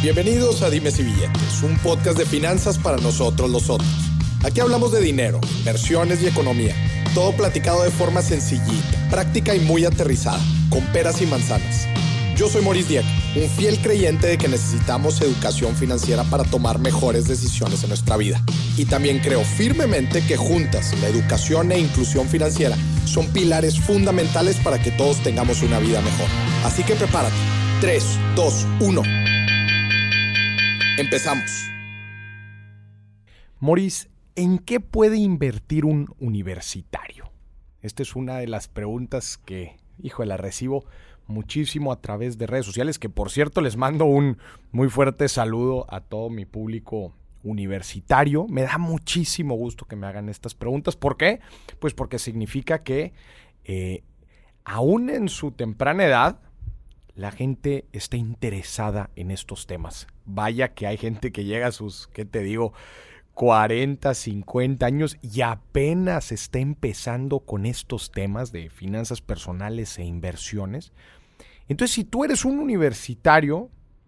Bienvenidos a Dimes y Billetes, un podcast de finanzas para nosotros los otros. Aquí hablamos de dinero, inversiones y economía. Todo platicado de forma sencillita, práctica y muy aterrizada, con peras y manzanas. Yo soy Maurice Dieck, un fiel creyente de que necesitamos educación financiera para tomar mejores decisiones en nuestra vida. Y también creo firmemente que juntas, la educación e inclusión financiera son pilares fundamentales para que todos tengamos una vida mejor. Así que prepárate. 3, 2, 1. Empezamos. Maurice, ¿en qué puede invertir un universitario? Esta es una de las preguntas que, la recibo muchísimo a través de redes sociales, que por cierto les mando un muy fuerte saludo a todo mi público universitario. Me da muchísimo gusto que me hagan estas preguntas. ¿Por qué? Pues porque significa que aún en su temprana edad, la gente está interesada en estos temas. Vaya que hay gente que llega a sus, 40, 50 años y apenas está empezando con estos temas de finanzas personales e inversiones. Entonces, si tú eres un universitario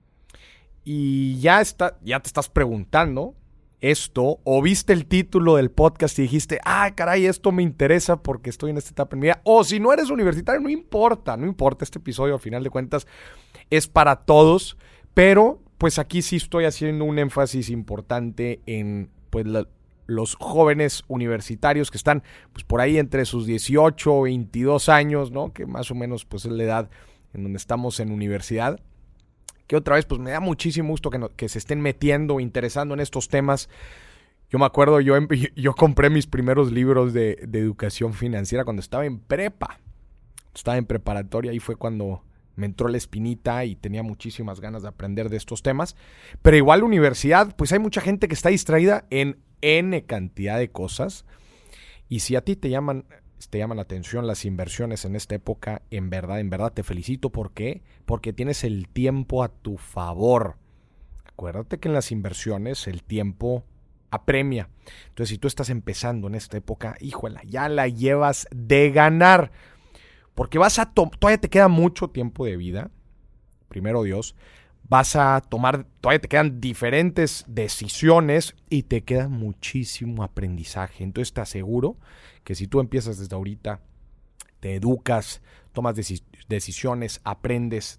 y ya te estás preguntando esto, o viste el título del podcast y dijiste, caray, esto me interesa porque estoy en esta etapa en mi vida, o si no eres universitario, no importa, este episodio al final de cuentas es para todos, pero pues aquí sí estoy haciendo un énfasis importante en pues los jóvenes universitarios que están pues por ahí entre sus 18 o 22 años, ¿no? Que más o menos pues es la edad en donde estamos en universidad. Que otra vez pues me da muchísimo gusto que se estén metiendo, interesando en estos temas. Yo me acuerdo, yo compré mis primeros libros de educación financiera cuando estaba en prepa. Estaba en preparatoria, ahí fue cuando me entró la espinita y tenía muchísimas ganas de aprender de estos temas. Pero igual la universidad, pues hay mucha gente que está distraída en N cantidad de cosas. Y si a ti te llaman la atención las inversiones en esta época, en verdad te felicito. ¿Por qué? Porque tienes el tiempo a tu favor. Acuérdate que en las inversiones el tiempo apremia. Entonces, si tú estás empezando en esta época, ya la llevas de ganar. Porque todavía te queda mucho tiempo de vida. Primero Dios. Todavía te quedan diferentes decisiones y te queda muchísimo aprendizaje. Entonces te aseguro que si tú empiezas desde ahorita, te educas, tomas decisiones, aprendes,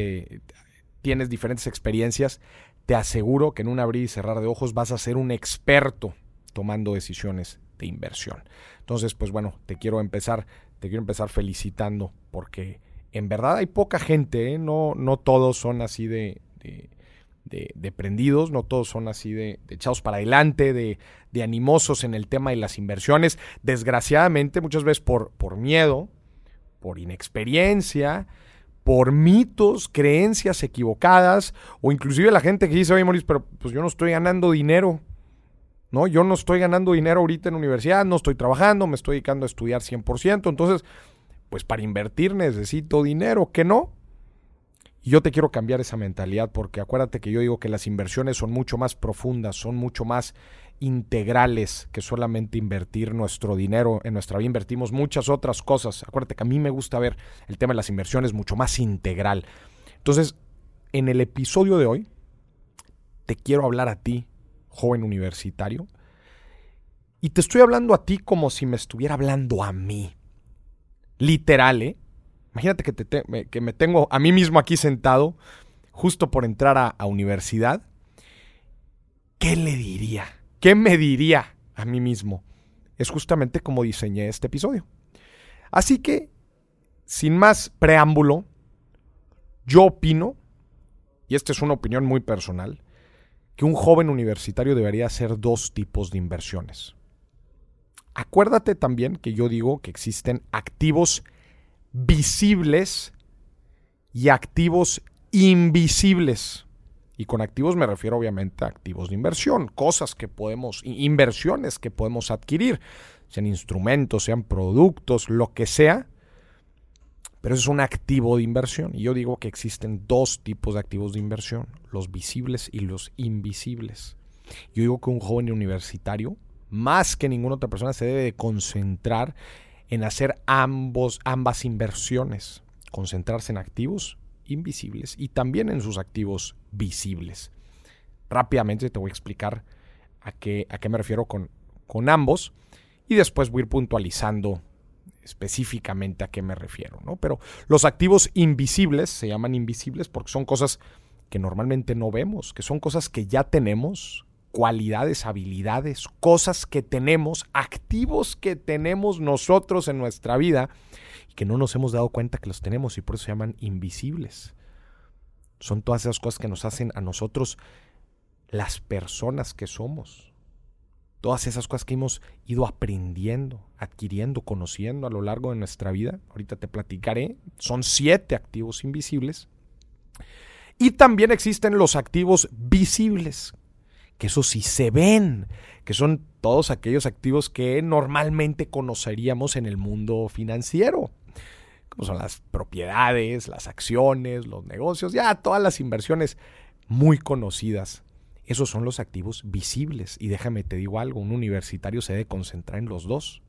tienes diferentes experiencias, te aseguro que en un abrir y cerrar de ojos vas a ser un experto tomando decisiones de inversión. Entonces, pues bueno, te quiero empezar felicitando porque en verdad hay poca gente, no todos son así de prendidos, no todos son así de echados para adelante, de animosos en el tema de las inversiones. Desgraciadamente, muchas veces por miedo, por inexperiencia, por mitos, creencias equivocadas, o inclusive la gente que dice, oye, Maurice, pero pues yo no estoy ganando dinero. No, yo no estoy ganando dinero ahorita en la universidad, no estoy trabajando, me estoy dedicando a estudiar 100%, entonces pues para invertir necesito dinero, ¿que no? Y yo te quiero cambiar esa mentalidad porque acuérdate que yo digo que las inversiones son mucho más profundas, son mucho más integrales que solamente invertir nuestro dinero en nuestra vida. Invertimos muchas otras cosas. Acuérdate que a mí me gusta ver el tema de las inversiones mucho más integral. Entonces, en el episodio de hoy, te quiero hablar a ti, joven universitario, y te estoy hablando a ti como si me estuviera hablando a mí. Literal, ¿eh? Imagínate que me tengo a mí mismo aquí sentado, justo por entrar a universidad. ¿Qué le diría? ¿Qué me diría a mí mismo? Es justamente como diseñé este episodio. Así que, sin más preámbulo, yo opino, y esta es una opinión muy personal, que un joven universitario debería hacer 2 tipos de inversiones. Acuérdate también que yo digo que existen activos visibles y activos invisibles. Y con activos me refiero obviamente a activos de inversión, inversiones que podemos adquirir, sean instrumentos, sean productos, lo que sea. Pero eso es un activo de inversión. Y yo digo que existen 2 tipos de activos de inversión, los visibles y los invisibles. Yo digo que un joven universitario, más que ninguna otra persona, se debe de concentrar en hacer ambas inversiones, concentrarse en activos invisibles y también en sus activos visibles. Rápidamente te voy a explicar a qué me refiero con ambos y después voy a ir puntualizando específicamente a qué me refiero, ¿no? Pero los activos invisibles se llaman invisibles porque son cosas que normalmente no vemos, que son cosas que ya tenemos, cualidades, habilidades, cosas que tenemos, activos que tenemos nosotros en nuestra vida y que no nos hemos dado cuenta que los tenemos y por eso se llaman invisibles. Son todas esas cosas que nos hacen a nosotros las personas que somos. Todas esas cosas que hemos ido aprendiendo, adquiriendo, conociendo a lo largo de nuestra vida. Ahorita te platicaré. Son 7 activos invisibles. Y también existen los activos visibles, que eso sí se ven, que son todos aquellos activos que normalmente conoceríamos en el mundo financiero, como son las propiedades, las acciones, los negocios, ya todas las inversiones muy conocidas. Esos son los activos visibles. Y déjame te digo algo, un universitario se debe concentrar en los dos.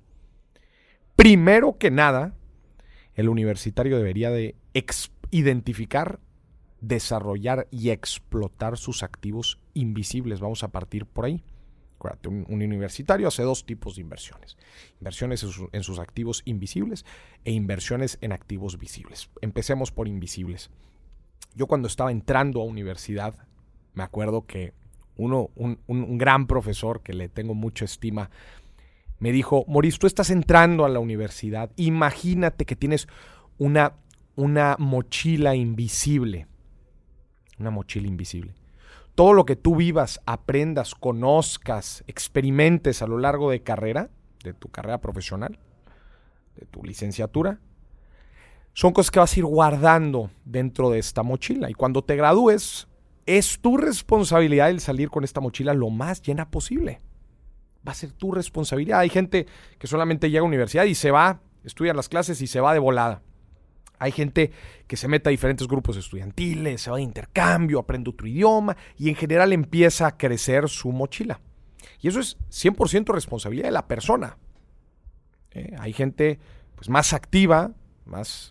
Primero que nada, el universitario debería de identificar, desarrollar y explotar sus activos invisibles. Vamos a partir por ahí. Acuérdate, un universitario hace 2 tipos de inversiones. Inversiones en sus activos invisibles e inversiones en activos visibles. Empecemos por invisibles. Yo cuando estaba entrando a universidad, me acuerdo que un gran profesor que le tengo mucha estima me dijo: Maurice, tú estás entrando a la universidad, imagínate que tienes una mochila invisible. Una mochila invisible. Todo lo que tú vivas, aprendas, conozcas, experimentes a lo largo de tu carrera profesional, de tu licenciatura, son cosas que vas a ir guardando dentro de esta mochila. Y cuando te gradúes, es tu responsabilidad el salir con esta mochila lo más llena posible. Va a ser tu responsabilidad. Hay gente que solamente llega a la universidad y se va, estudia las clases y se va de volada. Hay gente que se mete a diferentes grupos estudiantiles, se va de intercambio, aprende otro idioma y en general empieza a crecer su mochila. Y eso es 100% responsabilidad de la persona. Hay gente pues más activa, más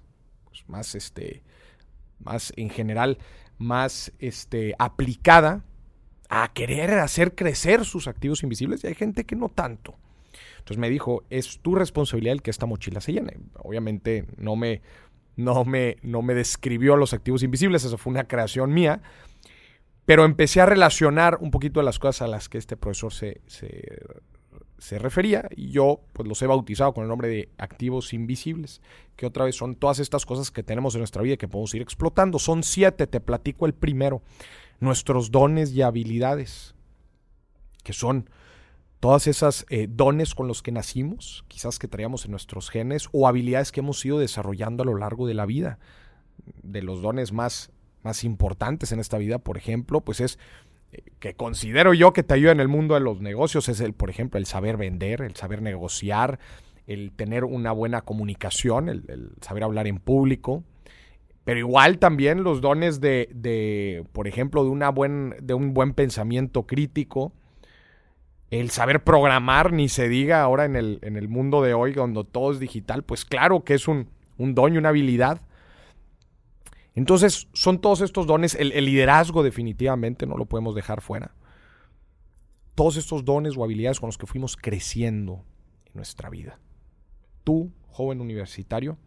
en general, más aplicada a querer hacer crecer sus activos invisibles y hay gente que no tanto. Entonces me dijo, es tu responsabilidad el que esta mochila se llene. Obviamente no me describió los activos invisibles, eso fue una creación mía, pero empecé a relacionar un poquito de las cosas a las que este profesor se refería y yo pues los he bautizado con el nombre de activos invisibles, que otra vez son todas estas cosas que tenemos en nuestra vida y que podemos ir explotando. Son 7, te platico el primero. Nuestros dones y habilidades, que son todas esas dones con los que nacimos, quizás que traíamos en nuestros genes, o habilidades que hemos ido desarrollando a lo largo de la vida. De los dones más importantes en esta vida, por ejemplo, pues es que considero yo que te ayuda en el mundo de los negocios, es por ejemplo, el saber vender, el saber negociar, el tener una buena comunicación, el saber hablar en público. Pero igual también los dones por ejemplo, de un buen pensamiento crítico, el saber programar, ni se diga ahora en el mundo de hoy, cuando todo es digital, pues claro que es un don y una habilidad. Entonces, son todos estos dones, el liderazgo definitivamente no lo podemos dejar fuera. Todos estos dones o habilidades con los que fuimos creciendo en nuestra vida. Tú, joven universitario,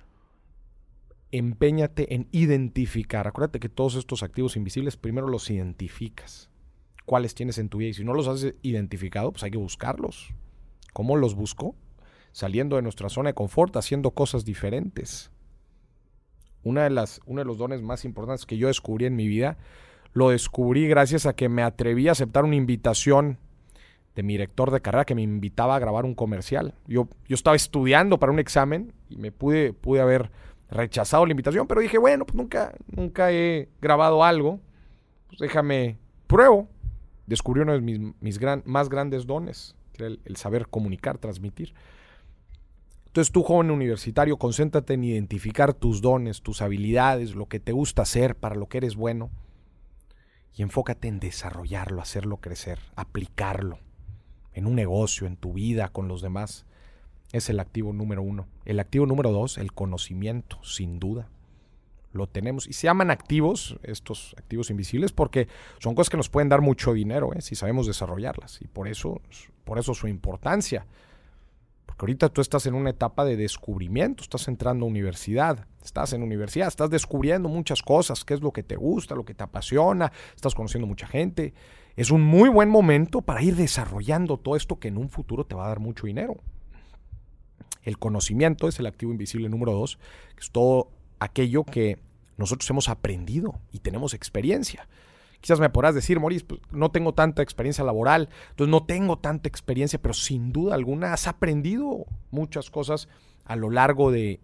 empeñate en identificar. Acuérdate que todos estos activos invisibles primero los identificas. ¿Cuáles tienes en tu vida? Y si no los has identificado, pues hay que buscarlos. ¿Cómo los busco? Saliendo de nuestra zona de confort, haciendo cosas diferentes. Uno de los dones más importantes que yo descubrí en mi vida, lo descubrí gracias a que me atreví a aceptar una invitación de mi director de carrera que me invitaba a grabar un comercial. Yo estaba estudiando para un examen y me pude haber rechazado la invitación, pero dije, bueno, pues nunca he grabado algo, pues déjame pruebo. Descubrí uno de mis más grandes dones, que era el saber comunicar, transmitir. Entonces tú, joven universitario, concéntrate en identificar tus dones, tus habilidades, lo que te gusta hacer, para lo que eres bueno, y enfócate en desarrollarlo, hacerlo crecer, aplicarlo en un negocio, en tu vida, con los demás. Es el activo número 1. El activo número 2, el conocimiento, sin duda. lo tenemos. Y se llaman activos, estos activos invisibles, porque son cosas que nos pueden dar mucho dinero, si sabemos desarrollarlas. Y por eso su importancia. Porque ahorita tú estás en una etapa de descubrimiento, estás entrando a universidad, estás descubriendo muchas cosas, qué es lo que te gusta, lo que te apasiona, estás conociendo mucha gente. Es un muy buen momento para ir desarrollando todo esto que en un futuro te va a dar mucho dinero. El conocimiento es el activo invisible número 2, que es todo aquello que nosotros hemos aprendido y tenemos experiencia. Quizás me podrás decir, Maurice, pues no tengo tanta experiencia laboral, entonces no tengo tanta experiencia, pero sin duda alguna has aprendido muchas cosas a lo largo de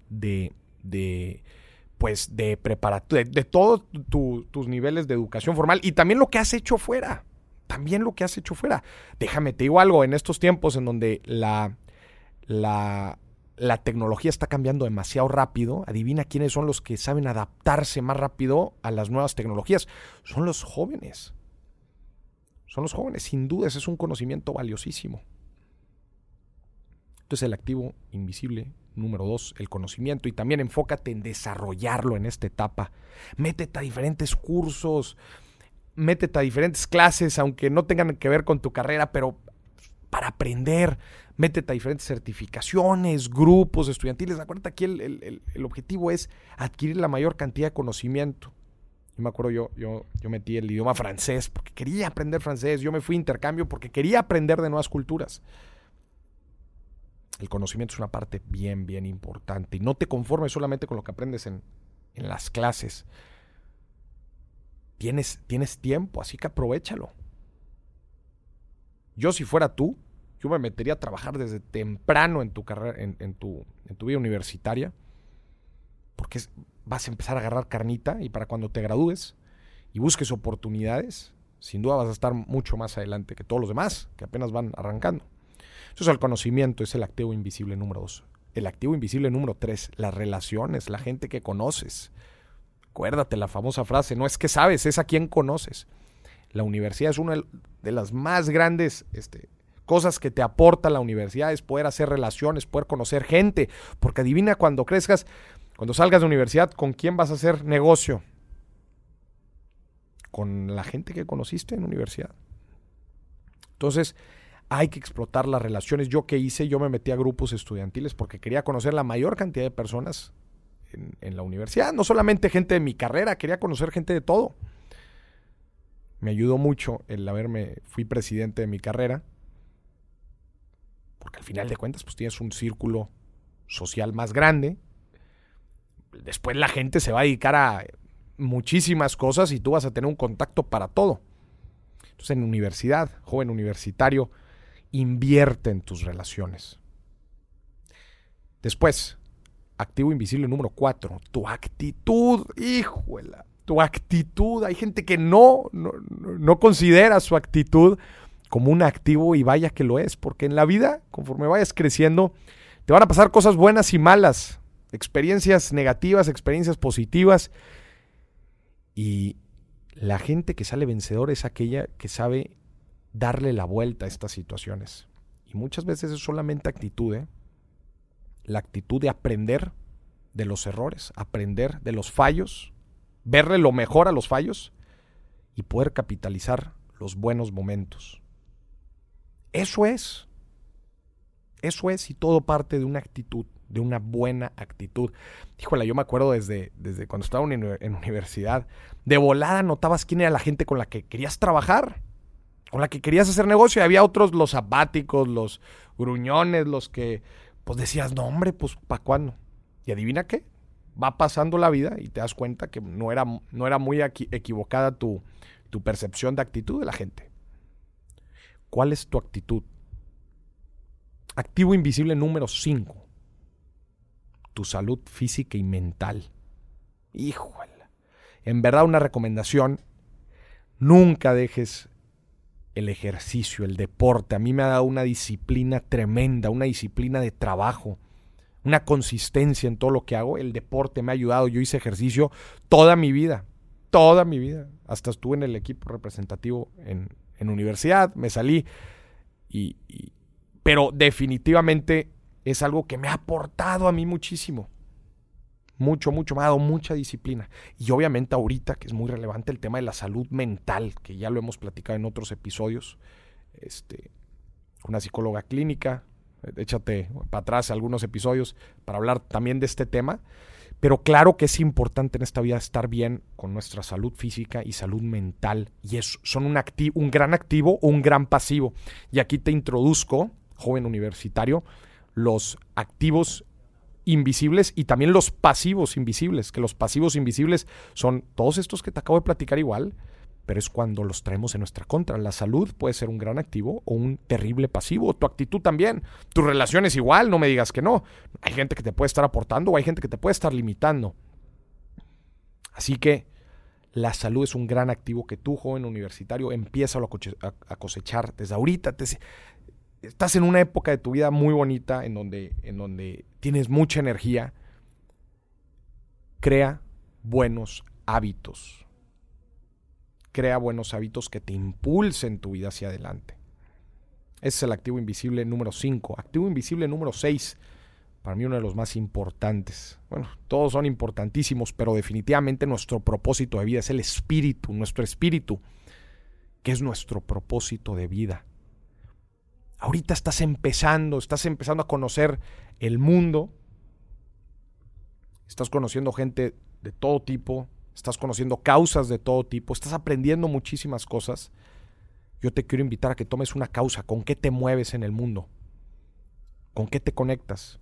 preparatoria, de todos tus niveles de educación formal y también lo que has hecho fuera. Déjame, te digo algo, en estos tiempos en donde la tecnología está cambiando demasiado rápido, adivina quiénes son los que saben adaptarse más rápido a las nuevas tecnologías. Son los jóvenes, sin duda, ese es un conocimiento valiosísimo. Entonces el activo invisible número 2, el conocimiento, y también enfócate en desarrollarlo en esta etapa. Métete a diferentes cursos, métete a diferentes clases, aunque no tengan que ver con tu carrera, pero para aprender. Métete a diferentes certificaciones, grupos estudiantiles. Acuérdate, aquí el objetivo es adquirir la mayor cantidad de conocimiento. Yo me acuerdo, yo metí el idioma francés porque quería aprender francés. Yo me fui a intercambio porque quería aprender de nuevas culturas. El conocimiento es una parte bien, bien importante. Y no te conformes solamente con lo que aprendes en las clases. Tienes tiempo, así que aprovéchalo. Yo, si fuera tú, yo me metería a trabajar desde temprano en tu carrera, en tu vida universitaria, porque vas a empezar a agarrar carnita y para cuando te gradúes y busques oportunidades, sin duda vas a estar mucho más adelante que todos los demás que apenas van arrancando. Entonces el conocimiento es el activo invisible número 2. El activo invisible número 3, las relaciones, la gente que conoces. Acuérdate la famosa frase, no es que sabes, es a quién conoces. La universidad es una de las más grandes cosas que te aporta la universidad, es poder hacer relaciones, poder conocer gente, porque adivina, cuando crezcas, cuando salgas de universidad, ¿con quién vas a hacer negocio? Con la gente que conociste en universidad. Entonces, hay que explotar las relaciones. ¿Yo qué hice? Yo me metí a grupos estudiantiles porque quería conocer la mayor cantidad de personas en la universidad, no solamente gente de mi carrera, quería conocer gente de todo. Me ayudó mucho fui presidente de mi carrera, porque al final de cuentas pues tienes un círculo social más grande. Después la gente se va a dedicar a muchísimas cosas y tú vas a tener un contacto para todo. Entonces en universidad, joven universitario, invierte en tus relaciones. Después, activo invisible número 4, tu actitud. Híjole, tu actitud. Hay gente que no considera su actitud como un activo, y vaya que lo es, porque en la vida, conforme vayas creciendo, te van a pasar cosas buenas y malas, experiencias negativas, experiencias positivas, y la gente que sale vencedor es aquella que sabe darle la vuelta a estas situaciones. Y muchas veces es solamente actitud, la actitud de aprender de los errores, aprender de los fallos, verle lo mejor a los fallos y poder capitalizar los buenos momentos. Eso es, y todo parte de una actitud, de una buena actitud. Híjole, yo me acuerdo desde cuando estaba en universidad, de volada notabas quién era la gente con la que querías trabajar, con la que querías hacer negocio, y había otros, los apáticos, los gruñones, los que pues decías, no hombre, pues ¿para cuándo? Y adivina qué, va pasando la vida y te das cuenta que no era muy equivocada tu percepción de actitud de la gente. ¿Cuál es tu actitud? Activo invisible número 5. Tu salud física y mental. Híjole. En verdad, una recomendación: nunca dejes el ejercicio, el deporte. A mí me ha dado una disciplina tremenda, una disciplina de trabajo, una consistencia en todo lo que hago. El deporte me ha ayudado. Yo hice ejercicio toda mi vida. Hasta estuve en el equipo representativo en universidad, me salí, pero definitivamente es algo que me ha aportado a mí muchísimo. Mucho, mucho, me ha dado mucha disciplina. Y obviamente ahorita, que es muy relevante, el tema de la salud mental, que ya lo hemos platicado en otros episodios. Una psicóloga clínica, échate para atrás algunos episodios para hablar también de este tema. Pero claro que es importante en esta vida estar bien con nuestra salud física y salud mental. Y son un gran activo o un gran pasivo. Y aquí te introduzco, joven universitario, los activos invisibles y también los pasivos invisibles, que los pasivos invisibles son todos estos que te acabo de platicar igual, pero es cuando los traemos en nuestra contra. La salud puede ser un gran activo o un terrible pasivo, tu actitud también, tus relaciones igual, no me digas que no. Hay gente que te puede estar aportando o hay gente que te puede estar limitando. Así que la salud es un gran activo que tú, joven universitario, empieza a cosechar desde ahorita. Estás en una época de tu vida muy bonita en donde tienes mucha energía. Crea buenos hábitos. Crea buenos hábitos que te impulsen tu vida hacia adelante. Ese es el activo invisible número 5. Activo invisible número 6. Para mí uno de los más importantes. Bueno, todos son importantísimos, pero definitivamente nuestro propósito de vida es el espíritu, nuestro espíritu, que es nuestro propósito de vida. Ahorita estás empezando a conocer el mundo, estás conociendo gente de todo tipo, estás conociendo causas de todo tipo, estás aprendiendo muchísimas cosas. Yo te quiero invitar a que tomes una causa. ¿Con qué te mueves en el mundo? ¿Con qué te conectas?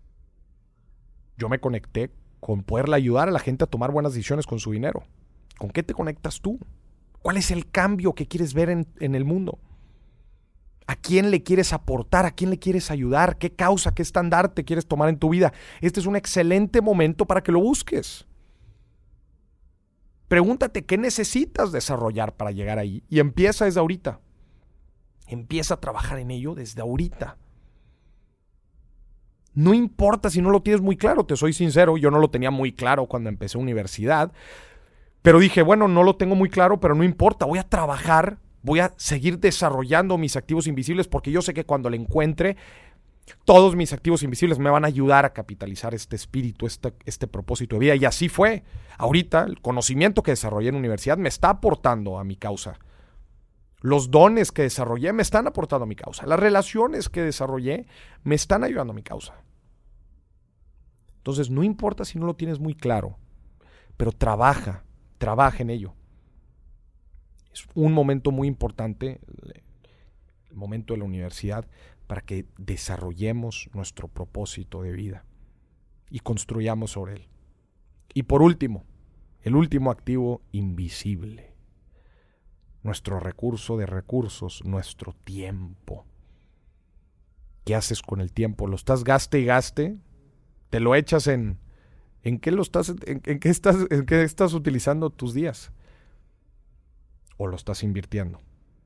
Yo me conecté con poderle ayudar a la gente a tomar buenas decisiones con su dinero. ¿Con qué te conectas tú? ¿Cuál es el cambio que quieres ver en el mundo? ¿A quién le quieres aportar? ¿A quién le quieres ayudar? ¿Qué causa, qué estandarte quieres tomar en tu vida? Este es un excelente momento para que lo busques. Pregúntate qué necesitas desarrollar para llegar ahí y empieza desde ahorita. Empieza a trabajar en ello desde ahorita. No importa si no lo tienes muy claro, te soy sincero, yo no lo tenía muy claro cuando empecé universidad, pero dije, bueno, no lo tengo muy claro, pero no importa, voy a trabajar. Voy a seguir desarrollando mis activos invisibles porque yo sé que cuando le encuentre, todos mis activos invisibles me van a ayudar a capitalizar este espíritu, este propósito de vida. Y así fue. Ahorita el conocimiento que desarrollé en la universidad me está aportando a mi causa. Los dones que desarrollé me están aportando a mi causa. Las relaciones que desarrollé me están ayudando a mi causa. Entonces no importa si no lo tienes muy claro, pero trabaja en ello. Es un momento muy importante, el momento de la universidad, para que desarrollemos nuestro propósito de vida y construyamos sobre él. Y por último, el último activo invisible, nuestro recurso de recursos, nuestro tiempo. ¿Qué haces con el tiempo? ¿Lo estás gaste y gaste? ¿Te lo echas en qué estás utilizando tus días? ¿O lo estás invirtiendo?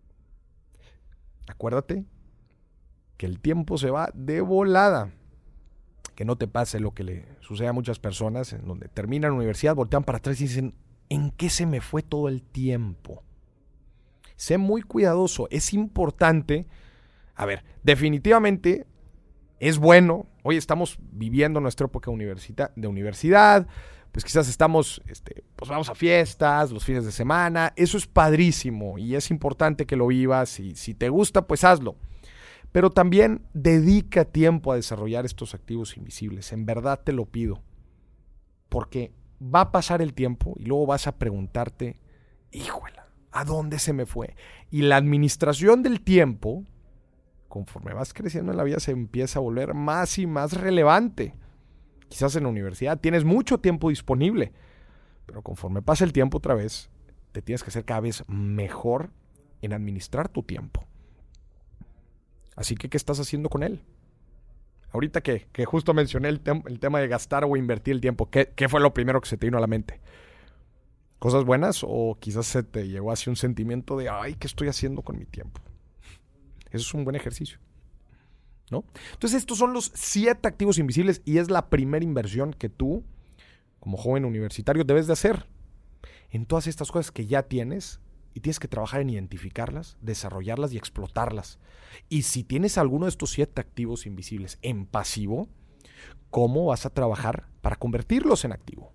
Acuérdate que el tiempo se va de volada. Que no te pase lo que le sucede a muchas personas en donde terminan la universidad, voltean para atrás y dicen, ¿en qué se me fue todo el tiempo? Sé muy cuidadoso, es importante. A ver, definitivamente es bueno. Hoy estamos viviendo nuestra época de universidad. Pues quizás estamos, pues vamos a fiestas, los fines de semana. Eso es padrísimo y es importante que lo vivas. Y si te gusta, pues hazlo. Pero también dedica tiempo a desarrollar estos activos invisibles. En verdad te lo pido. Porque va a pasar el tiempo y luego vas a preguntarte, híjola, ¿a dónde se me fue? Y la administración del tiempo, conforme vas creciendo en la vida, se empieza a volver más y más relevante. Quizás en la universidad tienes mucho tiempo disponible, pero conforme pasa el tiempo otra vez, te tienes que hacer cada vez mejor en administrar tu tiempo. Así que, ¿qué estás haciendo con él? Ahorita que justo mencioné el tema de gastar o invertir el tiempo, ¿qué fue lo primero que se te vino a la mente? ¿Cosas buenas o quizás se te llegó así un sentimiento de, ay, ¿qué estoy haciendo con mi tiempo? Eso es un buen ejercicio, ¿no? Entonces estos son los 7 activos invisibles y es la primera inversión que tú, como joven universitario, debes de hacer en todas estas cosas que ya tienes y tienes que trabajar en identificarlas, desarrollarlas y explotarlas. Y si tienes alguno de estos 7 activos invisibles en pasivo, ¿Cómo vas a trabajar para convertirlos en activo?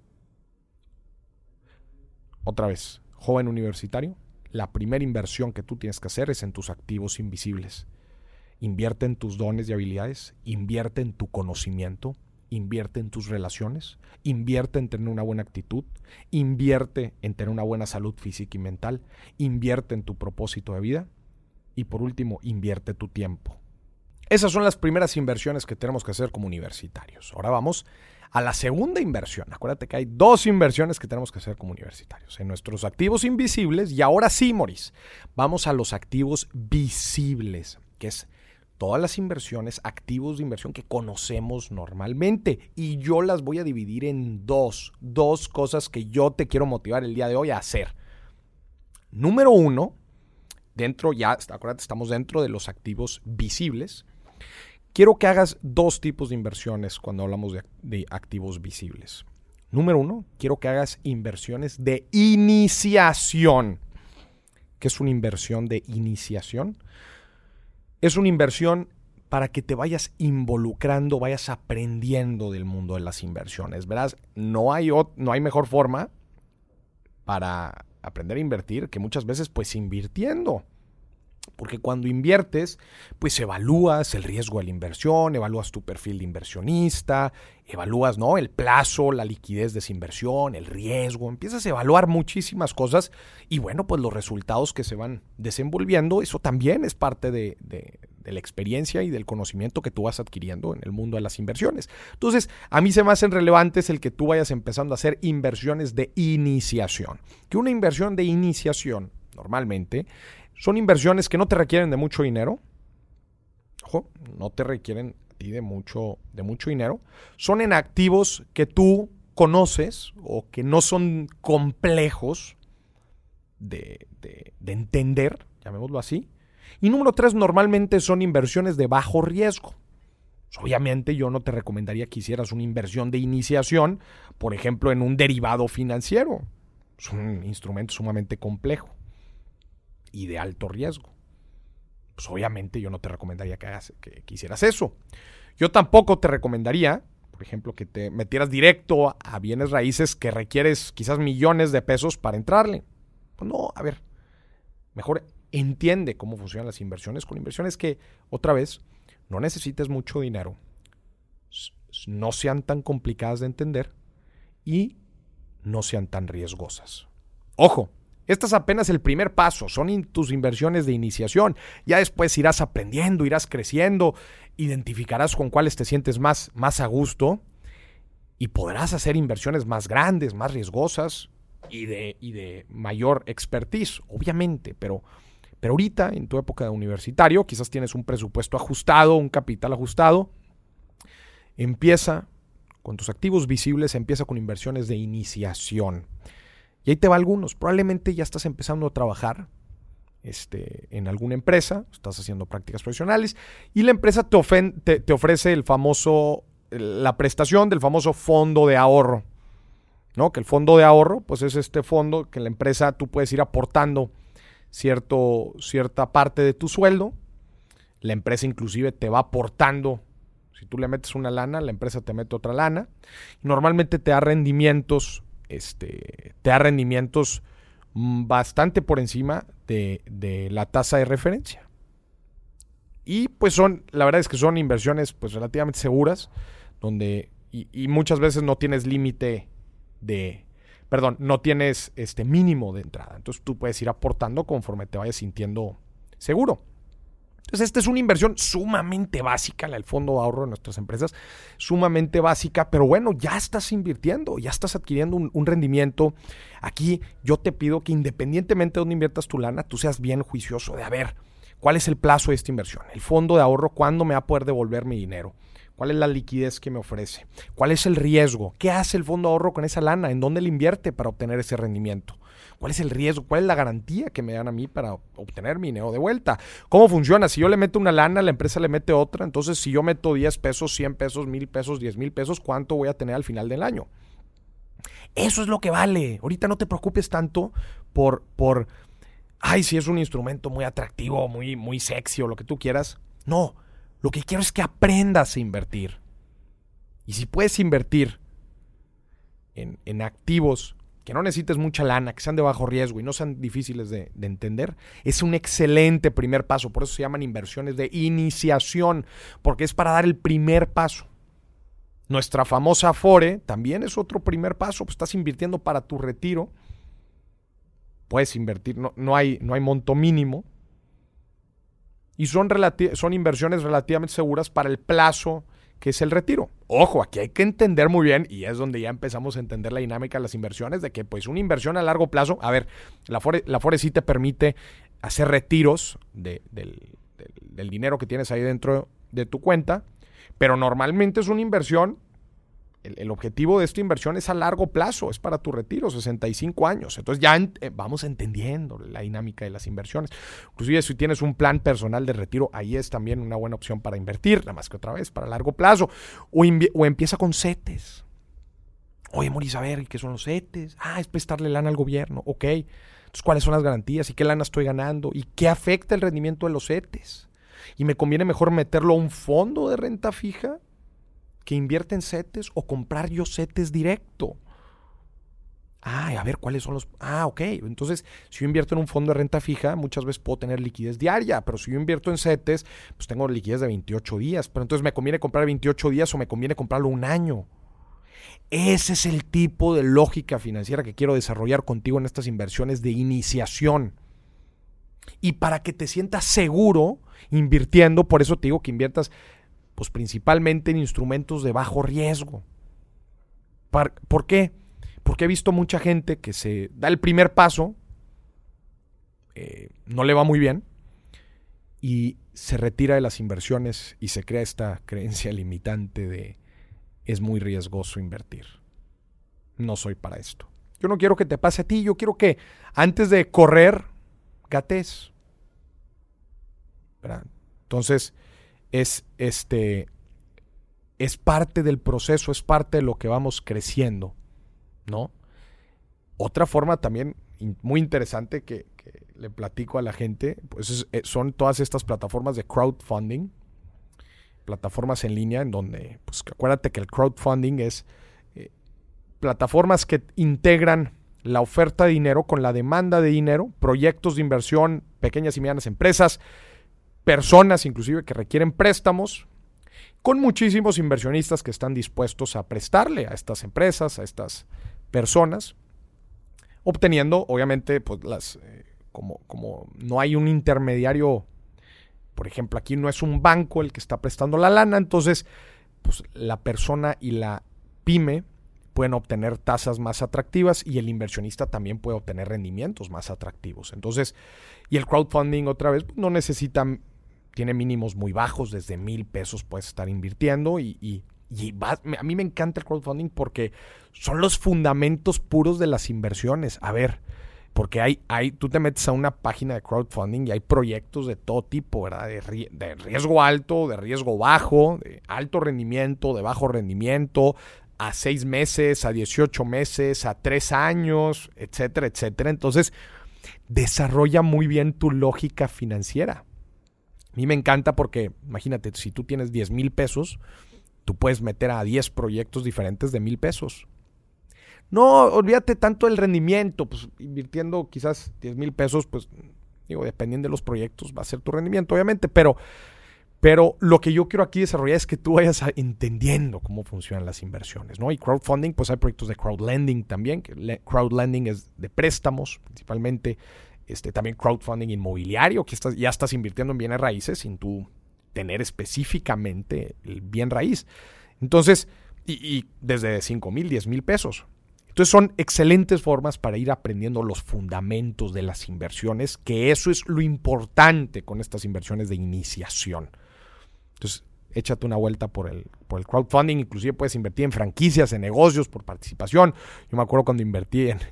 Otra vez, joven universitario, la primera inversión que tú tienes que hacer es en tus activos invisibles. Invierte en tus dones y habilidades, invierte en tu conocimiento, invierte en tus relaciones, invierte en tener una buena actitud, invierte en tener una buena salud física y mental, invierte en tu propósito de vida y por último, invierte tu tiempo. Esas son las primeras inversiones que tenemos que hacer como universitarios. Ahora vamos a la segunda inversión. Acuérdate que hay 2 inversiones que tenemos que hacer como universitarios. En nuestros activos invisibles y ahora sí, Maurice, vamos a los activos visibles, que es todas las inversiones, activos de inversión que conocemos normalmente. Y yo las voy a dividir en dos cosas que yo te quiero motivar el día de hoy a hacer. Número 1, acuérdate, estamos dentro de los activos visibles. Quiero que hagas 2 tipos de inversiones cuando hablamos de activos visibles. Número 1, quiero que hagas inversiones de iniciación. ¿Qué es una inversión de iniciación? Es una inversión para que te vayas involucrando, vayas aprendiendo del mundo de las inversiones. Verás, no hay mejor forma para aprender a invertir que muchas veces pues invirtiendo. Porque cuando inviertes, pues evalúas el riesgo de la inversión, evalúas tu perfil de inversionista, evalúas, ¿no?, el plazo, la liquidez de esa inversión, el riesgo. Empiezas a evaluar muchísimas cosas y bueno, pues los resultados que se van desenvolviendo, eso también es parte de la experiencia y del conocimiento que tú vas adquiriendo en el mundo de las inversiones. Entonces, a mí se me hacen relevantes el que tú vayas empezando a hacer inversiones de iniciación. Que una inversión de iniciación, normalmente, son inversiones que no te requieren de mucho dinero. Ojo, no te requieren de mucho dinero. Son en activos que tú conoces o que no son complejos de entender, llamémoslo así. Y número 3, normalmente son inversiones de bajo riesgo. Obviamente yo no te recomendaría que hicieras una inversión de iniciación, por ejemplo, en un derivado financiero. Es un instrumento sumamente complejo y de alto riesgo. Pues obviamente yo no te recomendaría que hicieras eso. Yo tampoco te recomendaría, por ejemplo, que te metieras directo a bienes raíces que requieres quizás millones de pesos para entrarle. Pues no, a ver, mejor entiende cómo funcionan las inversiones, con inversiones que, otra vez, no necesites mucho dinero, no sean tan complicadas de entender y no sean tan riesgosas. Ojo, este es apenas el primer paso, son tus inversiones de iniciación. Ya después irás aprendiendo, irás creciendo, identificarás con cuáles te sientes más a gusto y podrás hacer inversiones más grandes, más riesgosas y de mayor expertise, obviamente, pero ahorita, en tu época de universitario, quizás tienes un presupuesto ajustado, un capital ajustado. Empieza con tus activos visibles, empieza con inversiones de iniciación. Y ahí te va algunos. Probablemente ya estás empezando a trabajar en alguna empresa, estás haciendo prácticas profesionales y la empresa te ofrece la prestación del famoso fondo de ahorro, ¿no? Que el fondo de ahorro, pues es este fondo que en la empresa tú puedes ir aportando cierta parte de tu sueldo. La empresa inclusive te va aportando, si tú le metes una lana, la empresa te mete otra lana. Y normalmente te da rendimientos, bastante por encima de la tasa de referencia. Y pues la verdad es que son inversiones pues relativamente seguras, donde y muchas veces no tienes no tienes mínimo de entrada. Entonces tú puedes ir aportando conforme te vayas sintiendo seguro. Entonces esta es una inversión sumamente básica, el fondo de ahorro de nuestras empresas, sumamente básica, pero bueno, ya estás invirtiendo, ya estás adquiriendo un rendimiento. Aquí yo te pido que independientemente de dónde inviertas tu lana, tú seas bien juicioso de a ver, ¿cuál es el plazo de esta inversión? El fondo de ahorro, ¿cuándo me va a poder devolver mi dinero? ¿Cuál es la liquidez que me ofrece? ¿Cuál es el riesgo? ¿Qué hace el fondo de ahorro con esa lana? ¿En dónde le invierte para obtener ese rendimiento? ¿Cuál es el riesgo? ¿Cuál es la garantía que me dan a mí para obtener mi dinero de vuelta? ¿Cómo funciona? Si yo le meto una lana, la empresa le mete otra. Entonces, si yo meto 10 pesos, 100 pesos, 1,000 pesos, 10,000 pesos, ¿cuánto voy a tener al final del año? Eso es lo que vale. Ahorita no te preocupes tanto por si es un instrumento muy atractivo, muy sexy o lo que tú quieras. No. Lo que quiero es que aprendas a invertir. Y si puedes invertir en activos que no necesites mucha lana, que sean de bajo riesgo y no sean difíciles de entender, es un excelente primer paso. Por eso se llaman inversiones de iniciación, porque es para dar el primer paso. Nuestra famosa Afore también es otro primer paso. Pues estás invirtiendo para tu retiro. Puedes invertir, no hay monto mínimo. Y son inversiones relativamente seguras para el plazo que es el retiro. Ojo, aquí hay que entender muy bien, y es donde ya empezamos a entender la dinámica de las inversiones, de que pues una inversión a largo plazo, a ver, la Afore sí te permite hacer retiros del dinero que tienes ahí dentro de tu cuenta, pero normalmente es una inversión. El objetivo de esta inversión es a largo plazo, es para tu retiro, 65 años. Entonces ya vamos entendiendo la dinámica de las inversiones. Inclusive si tienes un plan personal de retiro, ahí es también una buena opción para invertir, nada más que otra vez, para largo plazo. O empieza con CETES. Oye, Mauricio, a ver, ¿qué son los CETES? Es prestarle lana al gobierno, ok. Entonces, ¿cuáles son las garantías? ¿Y qué lana estoy ganando? ¿Y qué afecta el rendimiento de los CETES? ¿Y me conviene mejor meterlo a un fondo de renta fija que invierte en CETES o comprar yo CETES directo? A ver, ¿cuáles son los...? Ok. Entonces, si yo invierto en un fondo de renta fija, muchas veces puedo tener liquidez diaria, pero si yo invierto en CETES, pues tengo liquidez de 28 días. Pero entonces, ¿me conviene comprar 28 días o me conviene comprarlo un año? Ese es el tipo de lógica financiera que quiero desarrollar contigo en estas inversiones de iniciación. Y para que te sientas seguro invirtiendo, por eso te digo que inviertas pues principalmente en instrumentos de bajo riesgo. ¿Por qué? Porque he visto mucha gente que se da el primer paso, no le va muy bien, y se retira de las inversiones y se crea esta creencia limitante de es muy riesgoso invertir. No soy para esto. Yo no quiero que te pase a ti, yo quiero que antes de correr, gatees. ¿Verdad? Entonces, es parte del proceso, es parte de lo que vamos creciendo, ¿no? Otra forma también muy interesante que le platico a la gente, pues son todas estas plataformas de crowdfunding, plataformas en línea en donde, pues acuérdate que el crowdfunding es plataformas que integran la oferta de dinero con la demanda de dinero, proyectos de inversión, pequeñas y medianas empresas, personas inclusive que requieren préstamos, con muchísimos inversionistas que están dispuestos a prestarle a estas empresas, a estas personas, obteniendo, obviamente, pues como no hay un intermediario, por ejemplo, aquí no es un banco el que está prestando la lana, entonces, pues la persona y la pyme pueden obtener tasas más atractivas y el inversionista también puede obtener rendimientos más atractivos. Entonces, y el crowdfunding otra vez no necesita, tiene mínimos muy bajos, desde $1,000 puedes estar invirtiendo y a mí me encanta el crowdfunding porque son los fundamentos puros de las inversiones. A ver, porque tú te metes a una página de crowdfunding y hay proyectos de todo tipo, ¿verdad? De riesgo alto, de riesgo bajo, de alto rendimiento, de bajo rendimiento, a 6 meses, a 18 meses, a 3 años, etcétera, etcétera. Entonces, desarrolla muy bien tu lógica financiera. A mí me encanta porque, imagínate, si tú tienes $10,000, tú puedes meter a 10 proyectos diferentes de $1,000. No, olvídate tanto del rendimiento, pues invirtiendo quizás $10,000, pues digo, dependiendo de los proyectos va a ser tu rendimiento, obviamente, pero lo que yo quiero aquí desarrollar es que tú vayas entendiendo cómo funcionan las inversiones, ¿no? Y crowdfunding, pues hay proyectos de crowdlending también, que crowdlending es de préstamos, principalmente, también crowdfunding inmobiliario, que ya estás invirtiendo en bienes raíces sin tú tener específicamente el bien raíz. Entonces, y desde $5,000, $10,000. Entonces son excelentes formas para ir aprendiendo los fundamentos de las inversiones, que eso es lo importante con estas inversiones de iniciación. Entonces, échate una vuelta por el crowdfunding, inclusive puedes invertir en franquicias, en negocios, por participación. Yo me acuerdo cuando invertí en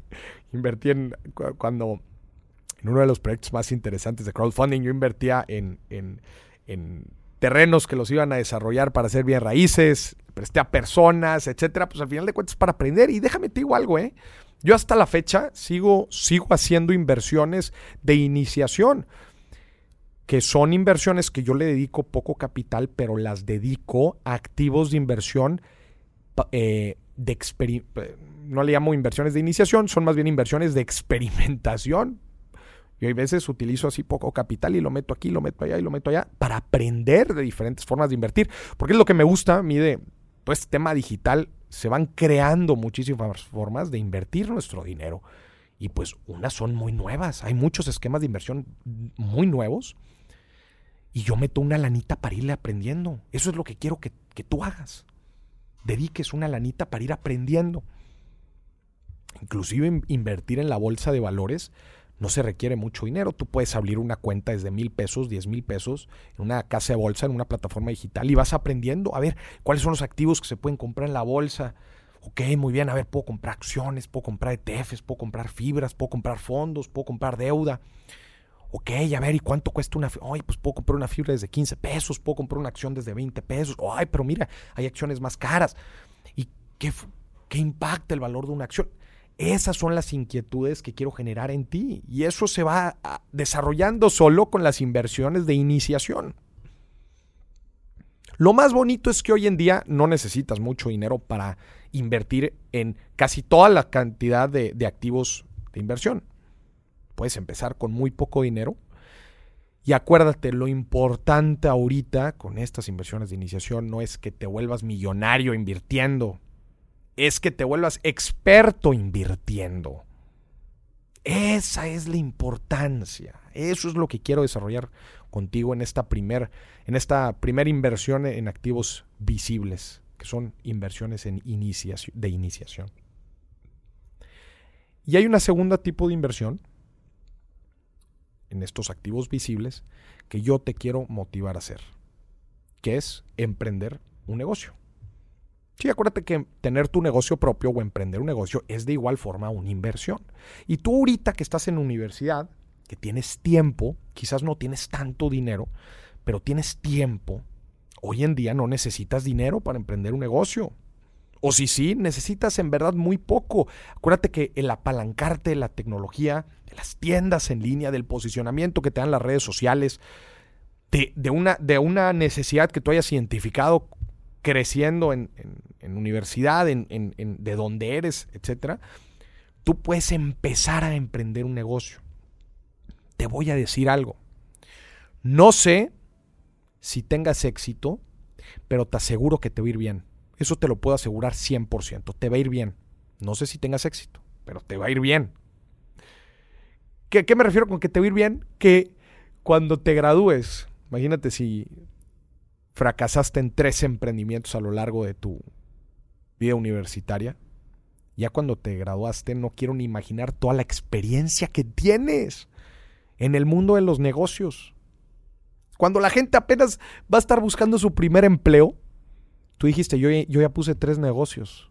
uno de los proyectos más interesantes de crowdfunding, yo invertía en terrenos que los iban a desarrollar para hacer bien raíces, presté a personas, etcétera. Pues al final de cuentas para aprender. Y déjame te digo algo, yo hasta la fecha sigo haciendo inversiones de iniciación, que son inversiones que yo le dedico poco capital, pero las dedico a activos de inversión no le llamo inversiones de iniciación, son más bien inversiones de experimentación. Yo a veces utilizo así poco capital y lo meto aquí, lo meto allá y lo meto allá para aprender de diferentes formas de invertir. Porque es lo que me gusta a mí de todo este tema digital. Se van creando muchísimas formas de invertir nuestro dinero. Y pues unas son muy nuevas. Hay muchos esquemas de inversión muy nuevos. Y yo meto una lanita para irle aprendiendo. Eso es lo que quiero que tú hagas. Dediques una lanita para ir aprendiendo. Inclusive invertir en la bolsa de valores no se requiere mucho dinero. Tú puedes abrir una cuenta desde $1,000, $10,000 en una casa de bolsa, en una plataforma digital y vas aprendiendo a ver cuáles son los activos que se pueden comprar en la bolsa. Ok, muy bien, a ver, puedo comprar acciones, puedo comprar ETFs, puedo comprar fibras, puedo comprar fondos, puedo comprar deuda. Ok, a ver, ¿y cuánto cuesta una fibra? Ay, pues puedo comprar una fibra desde $15, puedo comprar una acción desde $20. Ay, pero mira, hay acciones más caras. ¿Y qué impacta el valor de una acción? Esas son las inquietudes que quiero generar en ti y eso se va desarrollando solo con las inversiones de iniciación. Lo más bonito es que hoy en día no necesitas mucho dinero para invertir en casi toda la cantidad de activos de inversión. Puedes empezar con muy poco dinero y acuérdate, lo importante ahorita con estas inversiones de iniciación no es que te vuelvas millonario invirtiendo. Es que te vuelvas experto invirtiendo. Esa es la importancia. Eso es lo que quiero desarrollar contigo en esta primera inversión en activos visibles, que son inversiones de iniciación. Y hay una segunda tipo de inversión en estos activos visibles que yo te quiero motivar a hacer, que es emprender un negocio. Sí, acuérdate que tener tu negocio propio o emprender un negocio es de igual forma una inversión. Y tú ahorita que estás en universidad, que tienes tiempo, quizás no tienes tanto dinero, pero tienes tiempo, hoy en día no necesitas dinero para emprender un negocio. O sí, necesitas en verdad muy poco. Acuérdate que el apalancarte de la tecnología, de las tiendas en línea, del posicionamiento que te dan las redes sociales, de una necesidad que tú hayas identificado creciendo en universidad, de donde eres, etcétera, tú puedes empezar a emprender un negocio. Te voy a decir algo. No sé si tengas éxito, pero te aseguro que te va a ir bien. Eso te lo puedo asegurar 100%. Te va a ir bien. No sé si tengas éxito, pero te va a ir bien. ¿Qué me refiero con que te va a ir bien? Que cuando te gradúes, imagínate si fracasaste en 3 emprendimientos a lo largo de tu vida universitaria. Ya cuando te graduaste, no quiero ni imaginar toda la experiencia que tienes en el mundo de los negocios. Cuando la gente apenas va a estar buscando su primer empleo, tú dijiste, yo ya puse 3 negocios.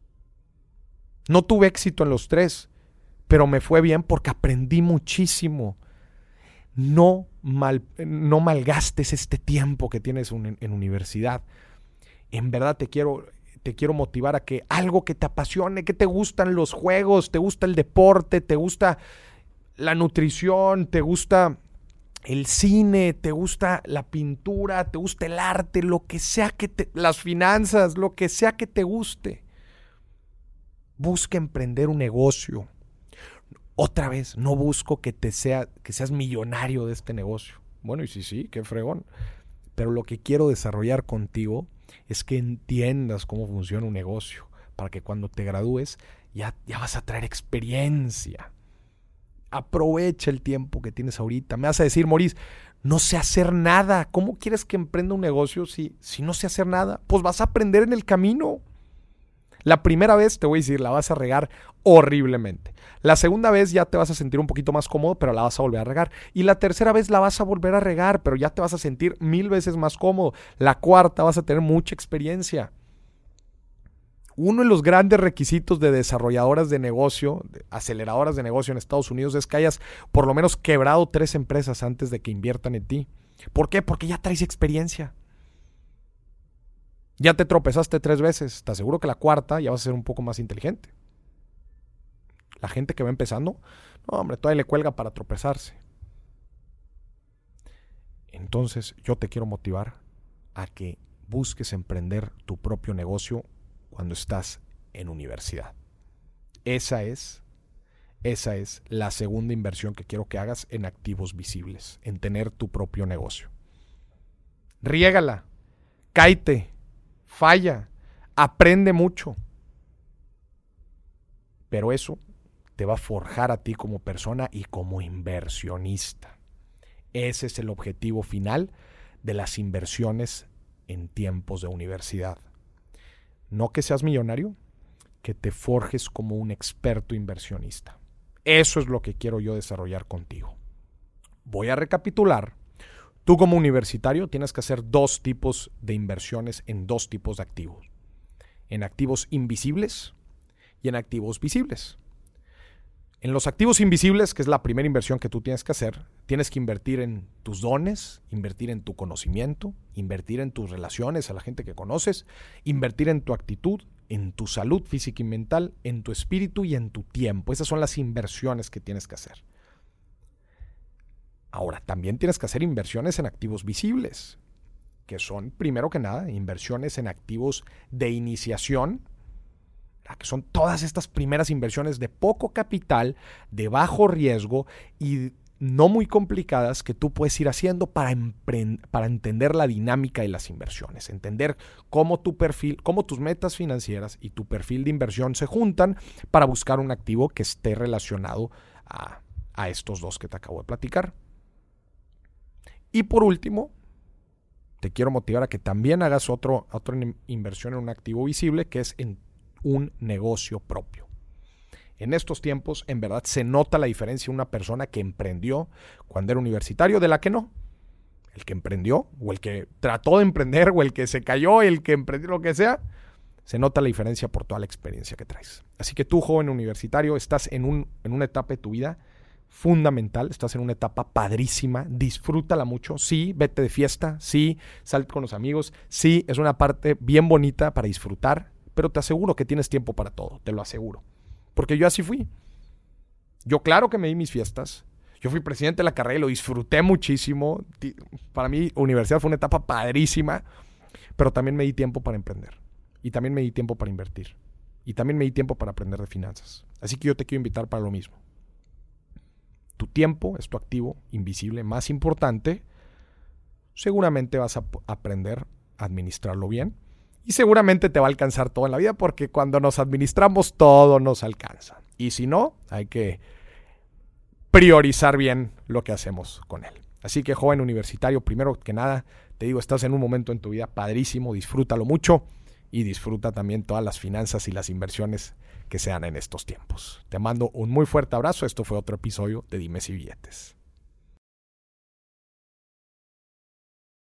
No tuve éxito en los 3, pero me fue bien porque aprendí muchísimo. No malgastes este tiempo que tienes en universidad. En verdad te quiero motivar a que algo que te apasione, que te gustan los juegos, te gusta el deporte, te gusta la nutrición, te gusta el cine, te gusta la pintura, te gusta el arte, lo que sea las finanzas, lo que sea que te guste. Busca emprender un negocio. Otra vez, no busco que seas millonario de este negocio. Bueno, y sí, qué fregón. Pero lo que quiero desarrollar contigo es que entiendas cómo funciona un negocio, para que cuando te gradúes ya vas a traer experiencia. Aprovecha el tiempo que tienes ahorita. Me vas a decir, Maurice, no sé hacer nada. ¿Cómo quieres que emprenda un negocio si no sé hacer nada? Pues vas a aprender en el camino. La primera vez, te voy a decir, la vas a regar horriblemente. La segunda vez ya te vas a sentir un poquito más cómodo, pero la vas a volver a regar. Y la tercera vez la vas a volver a regar, pero ya te vas a sentir 1000 veces más cómodo. La cuarta vas a tener mucha experiencia. Uno de los grandes requisitos de desarrolladoras de negocio, de aceleradoras de negocio en Estados Unidos, es que hayas por lo menos quebrado 3 empresas antes de que inviertan en ti. ¿Por qué? Porque ya traes experiencia. Ya te tropezaste 3 veces. Te aseguro que la cuarta ya vas a ser un poco más inteligente. La gente que va empezando, no, hombre, todavía le cuelga para tropezarse. Entonces, yo te quiero motivar a que busques emprender tu propio negocio cuando estás en universidad. Esa es la segunda inversión que quiero que hagas en activos visibles, en tener tu propio negocio. Riégala, cáete, falla, aprende mucho. Pero eso te va a forjar a ti como persona y como inversionista. Ese es el objetivo final de las inversiones en tiempos de universidad. No que seas millonario, que te forjes como un experto inversionista. Eso es lo que quiero yo desarrollar contigo. Voy a recapitular. Tú como universitario tienes que hacer 2 tipos de inversiones en 2 tipos de activos. En activos invisibles y en activos visibles. En los activos invisibles, que es la primera inversión que tú tienes que hacer, tienes que invertir en tus dones, invertir en tu conocimiento, invertir en tus relaciones a la gente que conoces, invertir en tu actitud, en tu salud física y mental, en tu espíritu y en tu tiempo. Esas son las inversiones que tienes que hacer. Ahora, también tienes que hacer inversiones en activos visibles, que son, primero que nada, inversiones en activos de iniciación, que son todas estas primeras inversiones de poco capital, de bajo riesgo y no muy complicadas que tú puedes ir haciendo para entender la dinámica de las inversiones, entender cómo tu perfil, cómo tus metas financieras y tu perfil de inversión se juntan para buscar un activo que esté relacionado a estos 2 que te acabo de platicar. Y por último, te quiero motivar a que también hagas otra inversión en un activo visible, que es en un negocio propio. En estos tiempos, en verdad, se nota la diferencia de una persona que emprendió cuando era universitario de la que no. El que emprendió, o el que trató de emprender, o el que se cayó, el que emprendió, lo que sea, se nota la diferencia por toda la experiencia que traes. Así que tú, joven universitario, estás en una etapa de tu vida fundamental, estás en una etapa padrísima, disfrútala mucho, sí, vete de fiesta, sí, sal con los amigos, sí, es una parte bien bonita para disfrutar, pero te aseguro que tienes tiempo para todo, te lo aseguro. Porque yo así fui. Yo claro que me di mis fiestas. Yo fui presidente de la carrera y lo disfruté muchísimo. Para mí, universidad fue una etapa padrísima, pero también me di tiempo para emprender. Y también me di tiempo para invertir. Y también me di tiempo para aprender de finanzas. Así que yo te quiero invitar para lo mismo. Tu tiempo es tu activo invisible más importante. Seguramente vas a aprender a administrarlo bien. Y seguramente te va a alcanzar todo en la vida porque cuando nos administramos todo nos alcanza. Y si no, hay que priorizar bien lo que hacemos con él. Así que, joven universitario, primero que nada, te digo, estás en un momento en tu vida padrísimo, disfrútalo mucho y disfruta también todas las finanzas y las inversiones que sean en estos tiempos. Te mando un muy fuerte abrazo. Esto fue otro episodio de Dimes y Billetes.